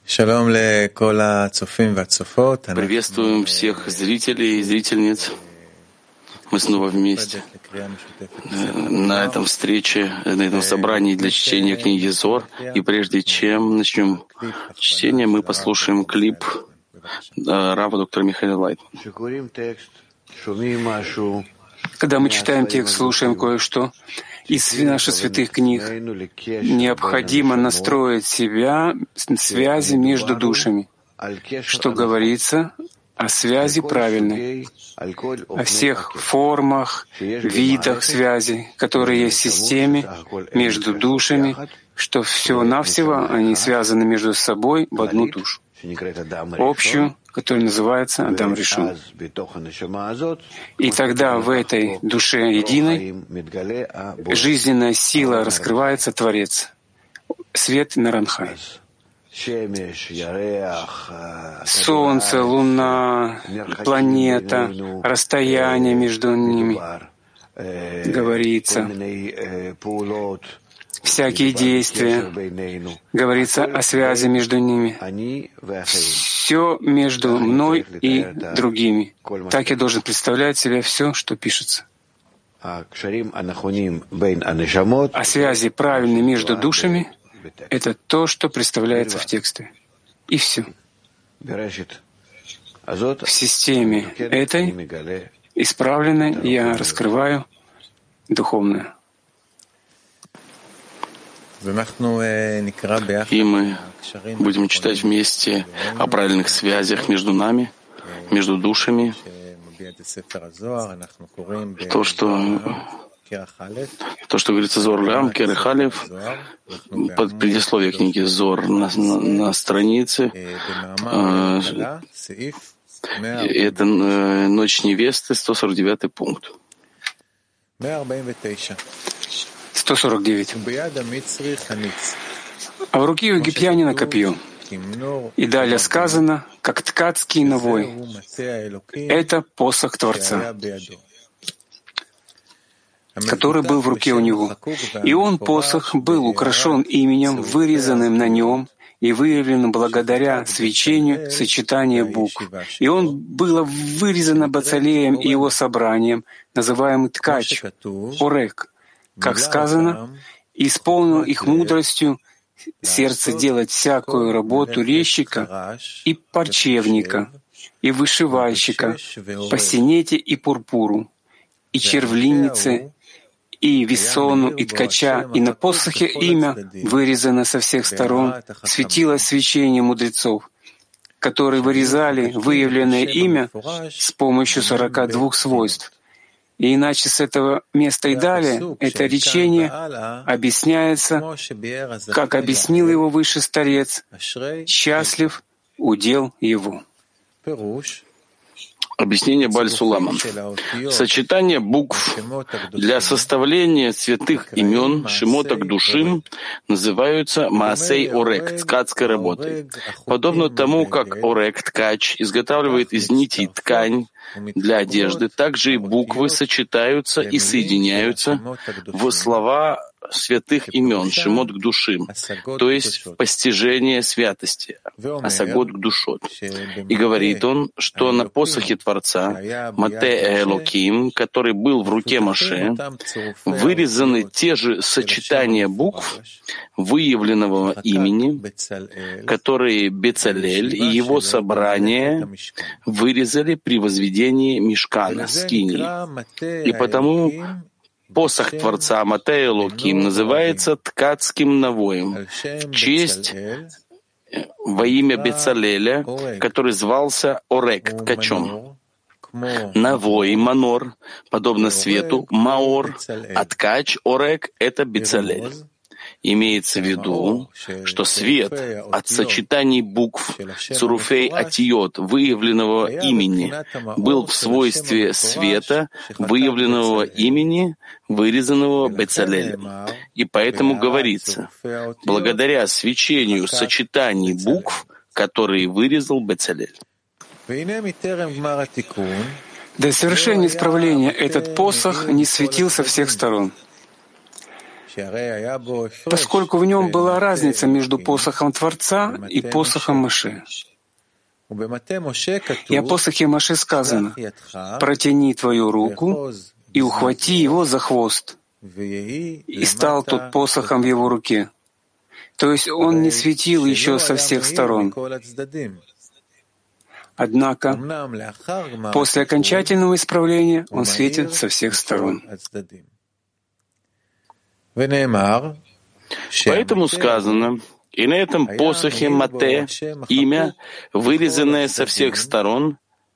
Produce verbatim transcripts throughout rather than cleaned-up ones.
Приветствуем всех зрителей и зрительниц. Мы снова вместе на этом встрече, на этом собрании для чтения книги Зор. И прежде чем начнем чтение, мы послушаем клип Рава доктора Михаила Лайтмана. Когда мы читаем текст, слушаем кое-что из наших святых книг, необходимо настроить себя в связи между душами, что говорится о связи правильной, о всех формах, видах связи, которые есть в системе между душами, что всего-навсего они связаны между собой в одну душу, общую, которая называется Адам Ришон. И тогда в этой душе единой жизненная сила раскрывается, Творец, свет Наранхай. Солнце, Луна, планета, расстояние между ними, говорится, всякие действия, говорится о связи между ними. Все между мной и другими. Так я должен представлять себе все, что пишется. О связи правильной между душами — это то, что представляется в тексте. И все. В системе этой, исправленной, я раскрываю духовное. И мы будем читать вместе о правильных связях между нами, между душами. То, что, то, что говорится Зор Лям, Керех Алеф, под предисловие книги Зор на, на, на странице. Э, это э, «Ночь невесты», сто сорок девятый пункт. сто сорок девять. А в руке у египтянина копье. И далее сказано, как ткацкий навой. Это посох Творца, который был в руке у него. И он, посох, был украшен именем, вырезанным на нем и выявленным благодаря свечению сочетания букв. И он было вырезано Бацалеем и его собранием, называемый ткач, орек, как сказано, исполнил их мудростью сердце делать всякую работу резчика и парчевника, и вышивальщика по синете и пурпуру, и червлиннице, и весону, и ткача, и на посохе имя вырезано со всех сторон, светилось свечение мудрецов, которые вырезали выявленное имя с помощью сорока двух свойств. И иначе с этого места и далее это речение объясняется, как объяснил его выше старец, «Счастлив удел его». Объяснение Бааль Сулама. Сочетание букв для составления святых имен Шимоток Душим называются Маасей Орек, ткацкой работой. Подобно тому, как Орек, ткач, изготавливает из нитей ткань для одежды, также и буквы сочетаются и соединяются в слова святых имен Шимот к душим, то есть в постижение святости, Асагот к душот. И говорит он, что на посохе Творца, Мате Элоким, который был в руке Моше, вырезаны те же сочетания букв выявленного имени, которые Бецалель и его собрание вырезали при возведении Мишкана, скинии. И потому посох Творца Мате Элоким называется ткацким навоем в честь во имя Бецалеля, который звался Орек, ткачом. Навой, Манор, подобно свету, Маор, а ткач, Орек — это Бецалель. Имеется в виду, что свет от сочетаний букв Цуруфей Атиот, выявленного имени, был в свойстве света, выявленного имени, вырезанного Бецалелем. И поэтому говорится, благодаря свечению сочетаний букв, которые вырезал Бецалель. До совершения исправления этот посох не светил со всех сторон. поскольку в нем была разница между посохом Творца и посохом Моше. И о посохе Моше сказано: «Протяни твою руку и ухвати его за хвост». И стал тот посохом в его руке. То есть он не светил еще со всех сторон. Однако после окончательного исправления он светит со всех сторон. Поэтому сказано: «И на этом посохе Мате имя, вырезанное со всех сторон,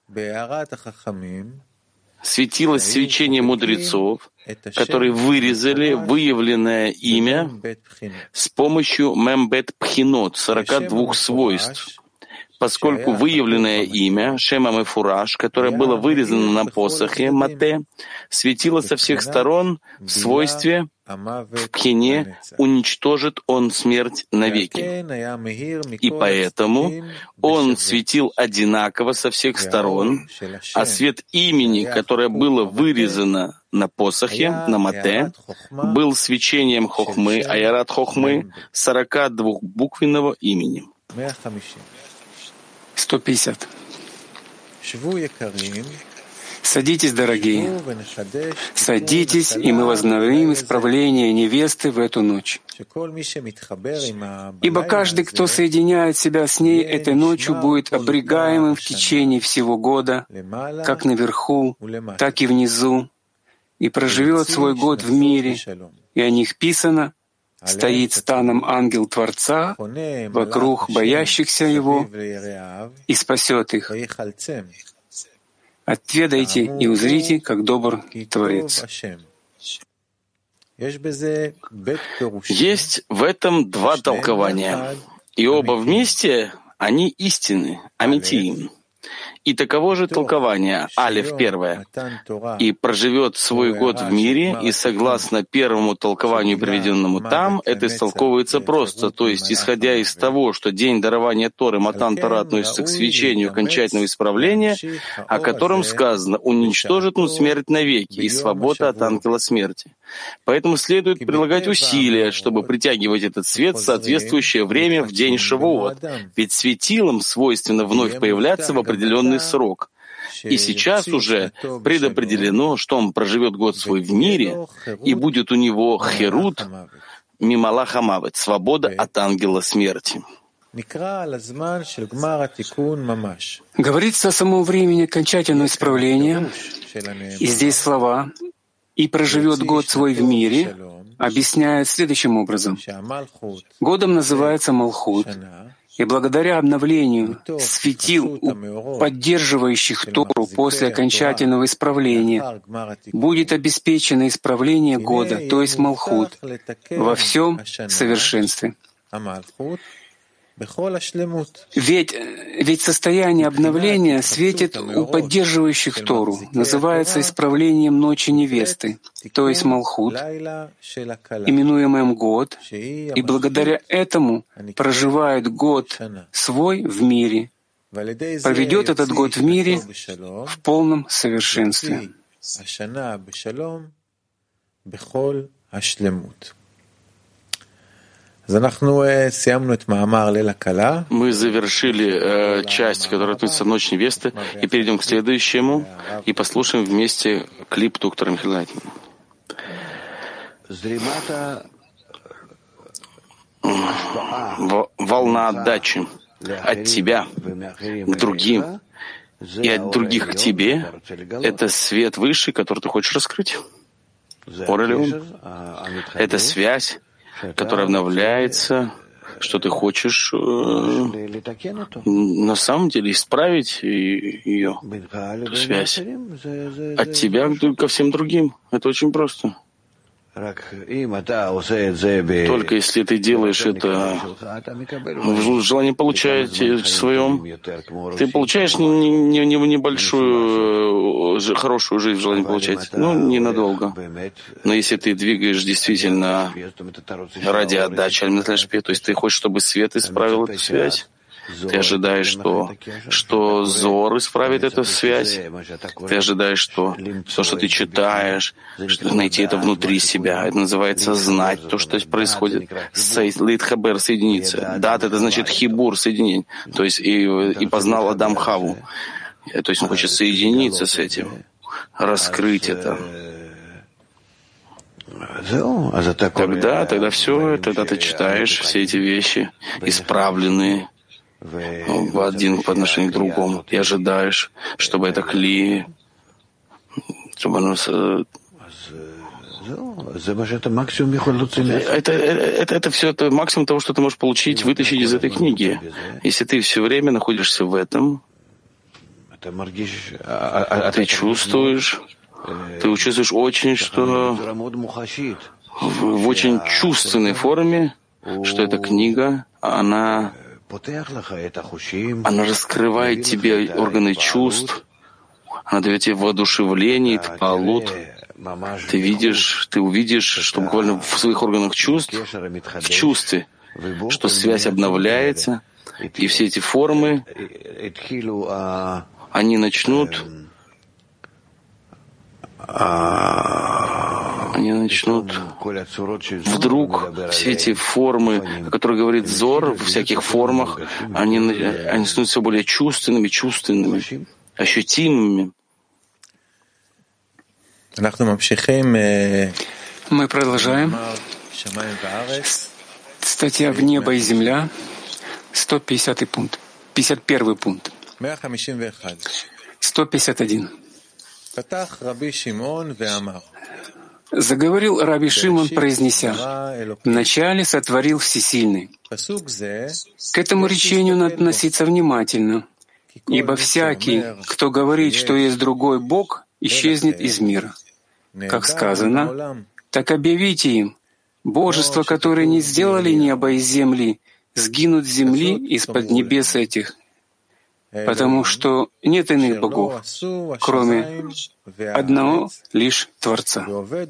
светилось свечение мудрецов, которые вырезали выявленное имя с помощью мембет пхинот, сорока двух свойств, поскольку выявленное имя Шема Мефураш, которое было вырезано на посохе Мате, светило со всех сторон в свойстве в пхине уничтожит он смерть навеки. И поэтому он светил одинаково со всех сторон, а свет имени, которое было вырезано на посохе, на Мате, был свечением Хохмы, Аярат Хохмы, сорока двухбуквенного имени». сто пятьдесят. Садитесь, дорогие, садитесь, и мы возобновим исправление невесты в эту ночь. Ибо каждый, кто соединяет себя с ней этой ночью, будет обрегаемым в течение всего года, как наверху, так и внизу, и проживет свой год в мире, и о них писано: «Стоит станом ангел Творца вокруг боящихся его и спасет их. Отведайте и узрите, как добр Творец». Есть в этом два толкования, и оба вместе они истины, амитиим. И таково же толкование, алиф первое, и проживет свой год в мире, и согласно первому толкованию, приведенному там, это истолковывается просто, то есть, исходя из того, что день дарования Торы, Матан Тора, относится к свечению окончательного исправления, о котором сказано: «Уничтожит он смерть навеки» и свобода от ангела смерти. Поэтому следует прилагать усилия, чтобы притягивать этот свет в соответствующее время в день Шавуот, ведь светилам свойственно вновь появляться в определенный срок. И сейчас уже предопределено, что он проживет год свой в мире, и будет у него херут, мималах амавет, свобода от ангела смерти. Говорится о самом времени окончательного исправления, и здесь слова «и проживет год свой в мире» объясняют следующим образом. Годом называется Малхут, и благодаря обновлению светил, поддерживающих Тору после окончательного исправления, будет обеспечено исправление года, то есть Малхут, во всем совершенстве. Ведь, ведь состояние обновления светит у поддерживающих Тору, называется исправлением ночи невесты, то есть Малхут, именуемым год, и благодаря этому проживает год свой в мире, проведет этот год в мире в полном совершенстве. Мы завершили э, часть, которая относится к ночи невесты, и перейдем к следующему, и послушаем вместе клип доктора Михаила Лайтмана. Волна отдачи от тебя к другим и от других к тебе — это свет высший, который ты хочешь раскрыть. Орелион — это связь, которая обновляется, что ты хочешь э, на самом деле исправить ее, эту связь, от тебя ко всем другим. Это очень просто. Только если ты делаешь это в желании получать в своем, ты получаешь не, не, не небольшую, хорошую жизнь в желании получать, ну, ненадолго. Но если ты двигаешь действительно ради отдачи, то есть ты хочешь, чтобы свет исправил эту связь, Ты ожидаешь, что, что Зор исправит эту связь. Ты ожидаешь, что то, что ты читаешь, что найти это внутри себя. Это называется знать то, что происходит. Литхабер — соединиться. Дат — это значит хибур — соединение. То есть и, и познал Адам Хаву. То есть он хочет соединиться с этим, раскрыть это. Тогда, тогда все, тогда ты читаешь все эти вещи, исправленные один по отношению к другому, и ожидаешь, чтобы это кли, чтобы оно... Это, это, это все это максимум того, что ты можешь получить, вытащить из этой книги. Если ты все время находишься в этом, ты чувствуешь, ты чувствуешь очень, что в, в очень чувственной форме, что эта книга, она, она раскрывает тебе органы чувств, она дает тебе воодушевление, тпалут. Ты видишь, ты увидишь, что буквально в своих органах чувств, в чувстве, что связь обновляется, и все эти формы, они начнут они начнут вдруг все эти формы, о которых говорит Зор, в всяких формах, они, они становятся все более чувственными, чувственными, ощутимыми. Мы продолжаем. Статья «В небо и земля», сто пятидесятый пункт, пятьдесят первый пункт, сто пятьдесят один. Заговорил Раби Шимон, произнеся: «Вначале сотворил Всесильный». К этому речению надо относиться внимательно, ибо всякий, кто говорит, что есть другой Бог, исчезнет из мира. Как сказано, так объявите им: божества, которые не сделали небо и земли, сгинут с земли из-под небес этих, потому что нет иных богов, кроме одного лишь Творца.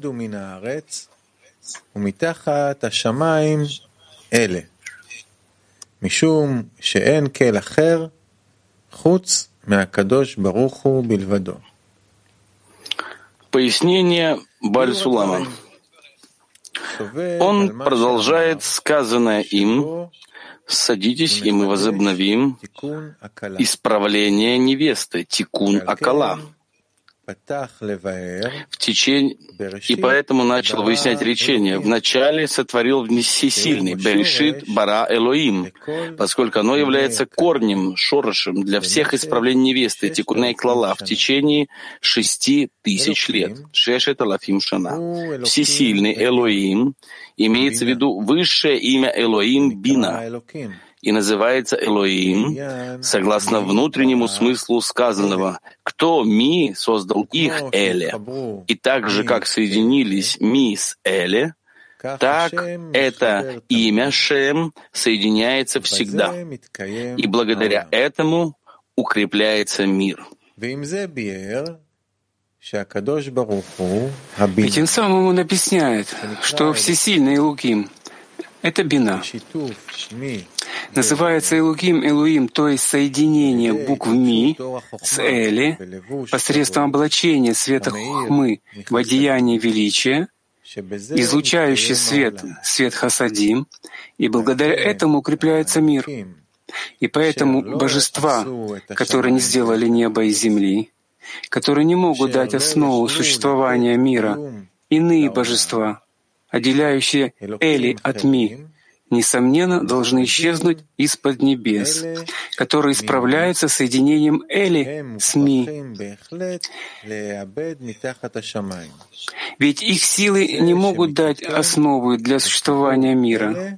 Пояснение Баль-Сулама. Он продолжает сказанное им: «Садитесь, и мы возобновим исправление невесты, тикун акала». В течение... И поэтому начал выяснять речение. Вначале сотворил Всесильный, Берешит бара Элоим, поскольку оно является корнем, шорошем для всех исправлений невесты, тикуней клала, в течение шести тысяч лет. Шешет алафим шана. Всесильный Элоим имеется в виду высшее имя Элоим Бина, и называется Элоим, согласно внутреннему смыслу сказанного: «Кто Ми создал их Эле?» И так же, как соединились Ми с Эле, так это имя Шем соединяется всегда, и благодаря этому укрепляется мир. И тем самым он объясняет, что Всесильный Элоким — это Бина. Называется Элоким Элоим, то есть соединение букв Ми с Эли посредством облачения света Хохмы в одеяние величия, излучающий свет, свет Хасадим, и благодаря этому укрепляется мир. И поэтому божества, которые не сделали небо и земли, которые не могут дать основу существования мира, иные божества, отделяющие Эли от Ми, несомненно, должны исчезнуть из-под небес, которые справляются соединением Эли с Ми. Ведь их силы не могут дать основу для существования мира,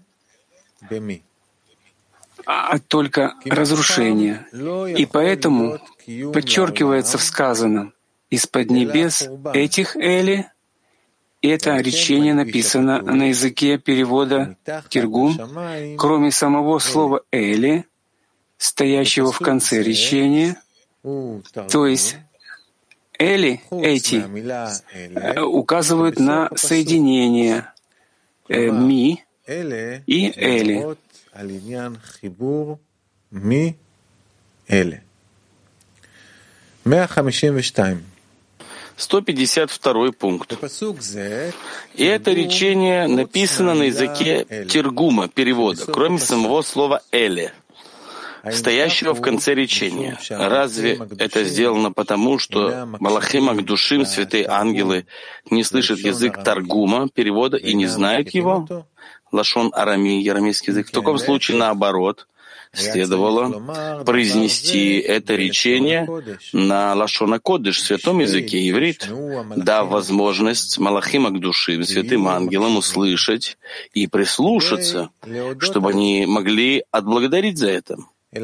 а только разрушение. И поэтому подчеркивается в сказанном: «Из-под небес этих Эли». И это речение написано на языке перевода Тиргум, кроме самого слова «эли», стоящего в конце речения, то есть «эли», «эти», указывают на соединение э, «ми» и «эли». сто пятьдесят второй пункт. И это речение написано на языке тергума, перевода, кроме самого слова «эле», стоящего в конце речения. Разве это сделано потому, что Малахим Ак-Душим, святые ангелы, не слышат язык Таргума, перевода, и не знают его? Лашон Арами, арамейский язык. В таком случае, наоборот, следовало произнести это речение на Лашон а-Кодеш, святом языке, иврит, дав возможность Малахим Ак-Душим, святым ангелам, услышать и прислушаться, чтобы они могли отблагодарить за это.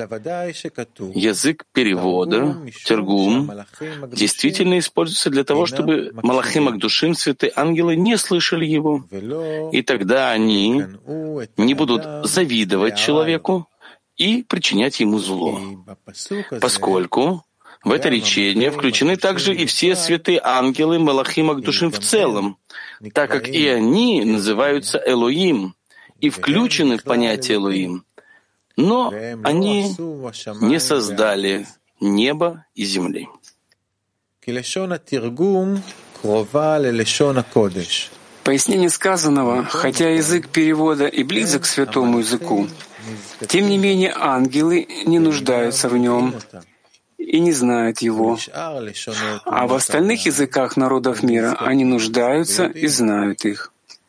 Язык перевода, тергум, действительно используется для того, чтобы Малахим Ак-Душим, святые ангелы, не слышали его. И тогда они не будут завидовать человеку и причинять ему зло, поскольку в это речение включены также и все святые ангелы Малахим Ак-Душим в целом, так как и они называются Элоим и включены в понятие Элоим. Но они не создали небо и земли. Пояснение сказанного, хотя язык перевода и близок к святому языку, тем не менее ангелы не нуждаются в нем и не знают его, а в остальных языках народов мира они нуждаются и знают их.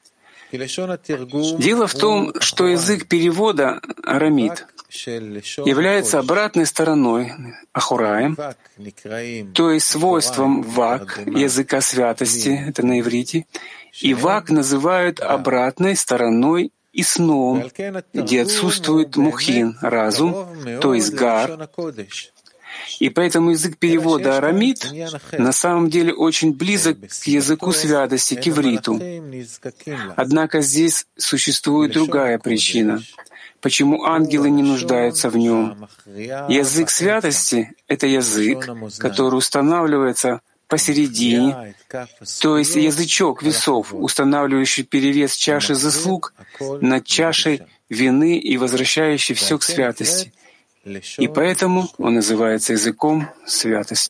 Дело в том, что язык перевода, арамит, является обратной стороной, ахураем, то есть свойством вак, языка святости, это на иврите, и вак называют обратной стороной и сном, где отсутствует мухин, разум, то есть гар. И поэтому язык перевода арамит на самом деле очень близок к языку святости, к ивриту. Однако здесь существует другая причина, почему ангелы не нуждаются в нем. Язык святости — это язык, который устанавливается посередине, то есть язычок весов, устанавливающий перевес чаши заслуг над чашей вины и возвращающий все к святости. И поэтому он называется языком святости.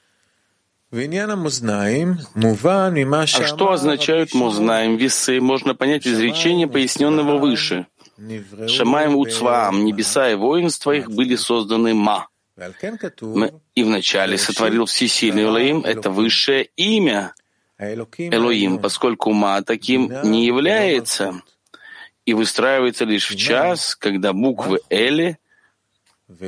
А что означают музнаим, весы, можно понять из речения, поясненного выше. Шамаем уцваам, небеса и воинства их были созданы ма. И вначале сотворил всесильный Элоим, это высшее имя Элоим, поскольку ма таким не является и выстраивается лишь в час, когда буквы Эле и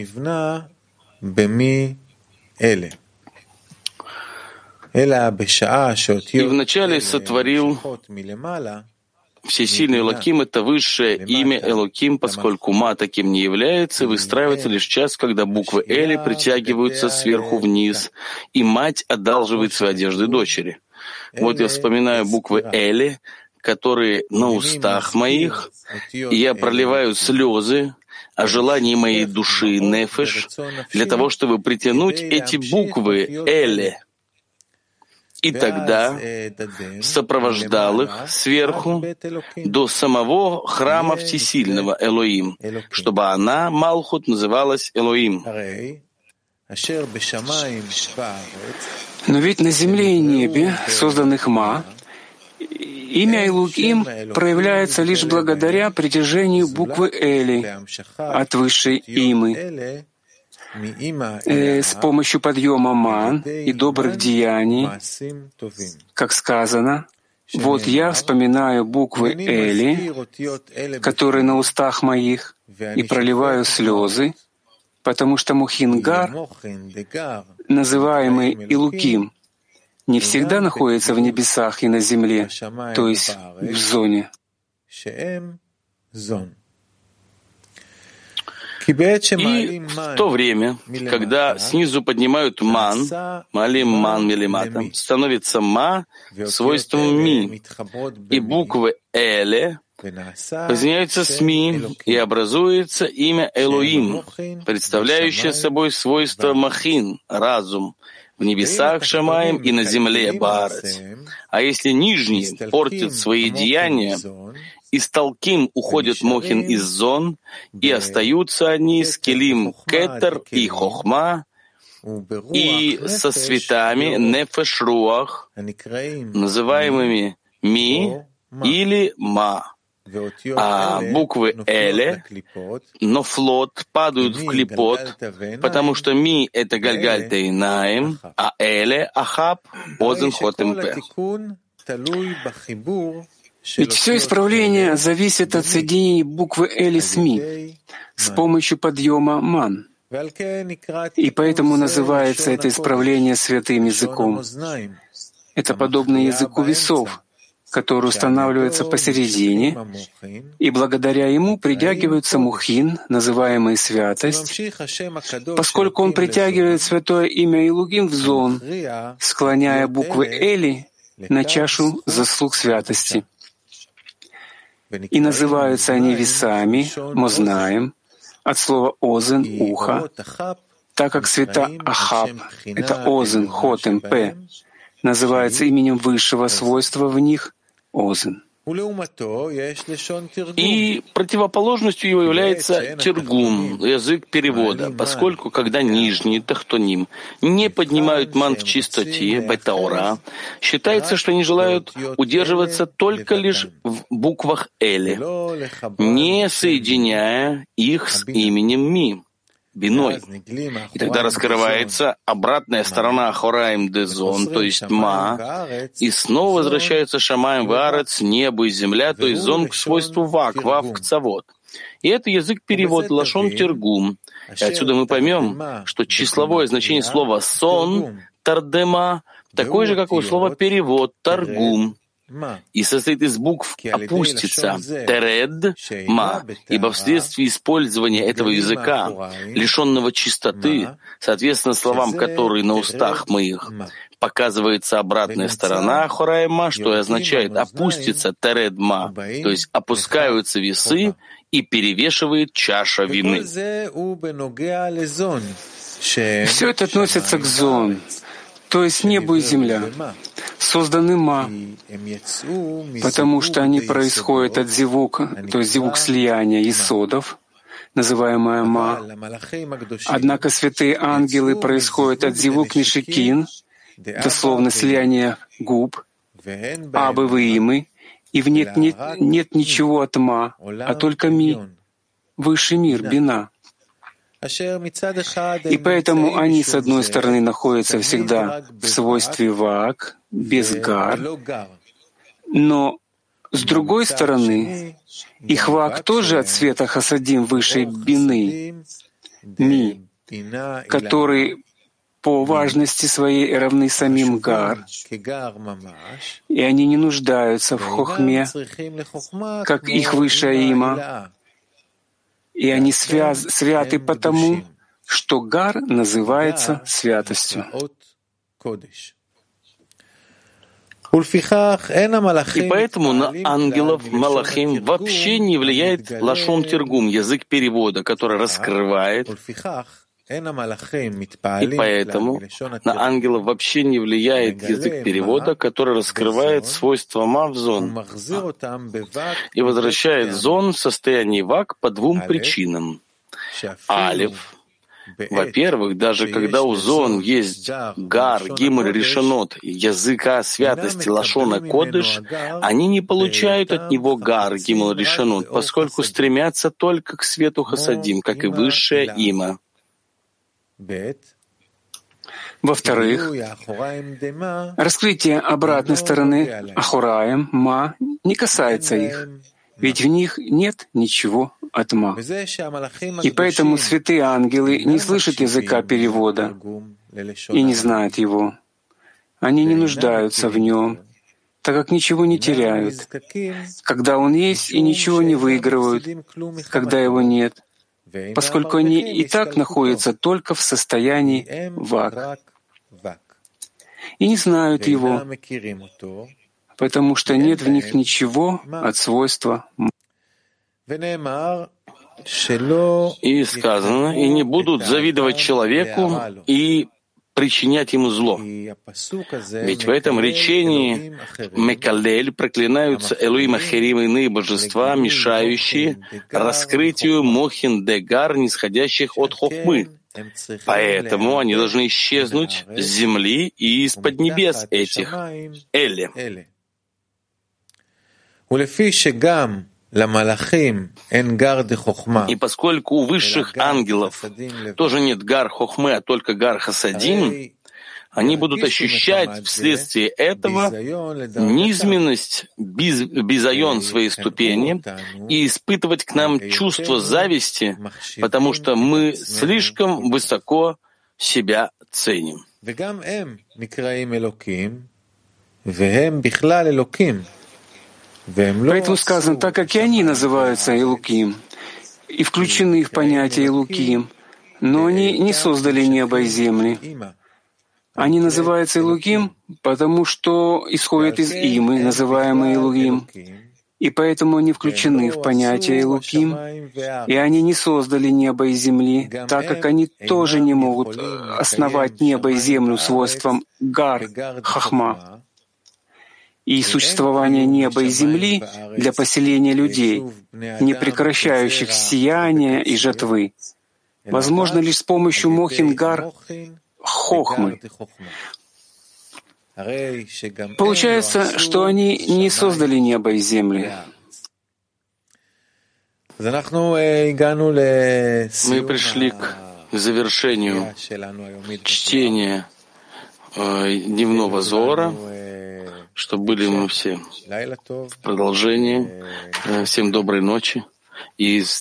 вначале сотворил всесильный Элоким — это высшее имя Элоким, поскольку ма таким не является, и выстраивается лишь час, когда буквы Эли притягиваются сверху вниз, и мать одалживает свои одежды дочери. Вот я вспоминаю буквы Эли, которые на устах моих, и я проливаю слезы о желании моей души, нефеш, для того, чтобы притянуть эти буквы Эле. И тогда сопровождал их сверху до самого храма Всесильного Элоим, чтобы она, Малхут, называлась Элоим. Но ведь на земле и небе, созданных Ма, имя Элоким проявляется лишь благодаря притяжению буквы Эли от высшей имы, э, с помощью подъема ман и добрых деяний, как сказано, «Вот я вспоминаю буквы Эли, которые на устах моих, и проливаю слезы, потому что Мухин-Гар, называемый Илуким, не всегда находится в небесах и на земле, то есть в зоне». И в то время, когда снизу поднимают ман, малим ман милиматом, становится ма свойством ми, и буквы эле соединяются с ми, и образуется имя Элоим, представляющее собой свойство махин, разум, в небесах Шамаем и на земле Баарец. А если нижний портит свои деяния из Талким уходят Мохин из Зон, и остаются они с Келим Кетер и Хохма, и со светами Нефеш Руах, называемыми Ми или Ма. А буквы Эле, но флот падают в клипот, потому что Ми — это Гальгаль Тейнаим, а Эле — Ахаб, Озен Хотем Пе. Ведь все исправление зависит от соединения буквы Эле с Ми с помощью подъема Ман. И поэтому называется это исправление святым языком. Это подобно языку весов, который устанавливается посередине, и благодаря ему притягивается мухин, называемый святость, поскольку он притягивает святое имя Илугим в зон, склоняя буквы Эли на чашу заслуг святости. И называются они весами, мознаем, от слова «озен» — «ухо», так как свята Ахаб — это «озен», «хотем», «п», называется именем высшего свойства в них — «озен». И противоположностью его является тиргум, язык перевода, поскольку когда нижние тахтоним не поднимают ман в чистоте, бетаура, считается, что они желают удерживаться только лишь в буквах Эле, не соединяя их с именем Ми, биной. И тогда раскрывается обратная сторона Хораим Дезон, то есть Ма, и снова возвращается Шамаем Ваарец, небо и земля, то есть Зон к свойству Вак, Вав к Цавот. И это язык перевод Лашон Тиргум. И отсюда мы поймем, что числовое значение слова Сон, Тардема, такое же, как у слова перевод, Таргум, и состоит из букв «опуститься» — «теред», «ма», ибо вследствие использования этого языка, лишенного чистоты, соответственно словам, которые на устах моих, показывается обратная сторона «хораема», что и означает «опуститься» — «теред ма», то есть опускаются весы и перевешивает чаша вины. Все это относится к зон, то есть небу и земля, созданы Ма, потому что они происходят от зивука, то есть зивук слияния исодов, называемая Ма. Однако святые ангелы происходят от зивук Мишикин, дословно слияние губ, Абы Ваимы, и в нет, нет, нет ничего от Ма, а только Ми, высший мир, Бина. И поэтому они, с одной стороны, находятся всегда в свойстве Ваак, без Гар, но с другой стороны, их Ваак тоже от света Хасадим высшей Бины, Ми, который по важности своей равны самим Гар, и они не нуждаются в Хохме, как их высшее имя, и они связ, святы потому, что Гар называется святостью. И поэтому на ангелов, малахим, вообще не влияет лашон тиргум, язык перевода, который раскрывает. И поэтому на ангелов вообще не влияет язык перевода, который раскрывает свойства ма в зон и возвращает зон в состоянии вак по двум причинам. Алиф. Во-первых, даже когда у зон есть гар, гимр, решенот, языка святости лашона кодыш, они не получают от него гар, гимр, решенот, поскольку стремятся только к свету хасадим, как и высшее имя. Во-вторых, раскрытие обратной стороны Ахураем, Ма, не касается их, ведь в них нет ничего от Ма. И поэтому святые ангелы не слышат языка перевода и не знают его. Они не нуждаются в нем, так как ничего не теряют, когда он есть, и ничего не выигрывают, когда его нет, поскольку они и так находятся только в состоянии вак и не знают его, потому что нет в них ничего от свойства. И сказано, и не будут завидовать человеку и причинять ему зло. Ведь в этом речении «Мекалель» проклинаются Элоим Ахерим, иные божества, мешающие раскрытию Мохин Дегар, нисходящих от Хохмы. Поэтому они должны исчезнуть с земли и из-под небес этих Эли. И поскольку у высших ангелов тоже нет гар хохмы, а только гар хасадим, они будут ощущать вследствие этого низменность, биз, бизайон своей ступени и испытывать к нам чувство зависти, потому что мы слишком высоко себя ценим. Поэтому сказано, так как и они называются Элуким, и включены в понятие Элуким, но они не создали небо и земли. Они называются Элуким, потому что исходят из Имы, называемые Элуким, и поэтому они включены в понятие Элуким, и они не создали небо и земли, так как они тоже не могут основать небо и землю свойством Гар, Хахма. И существование неба и земли для поселения людей, не прекращающих сияния и жатвы, возможно лишь с помощью Мохин-Гар Хохмы. Получается, что они не создали небо и земли. Мы пришли к завершению чтения дневного зора, что были мы все в продолжении. Всем доброй ночи и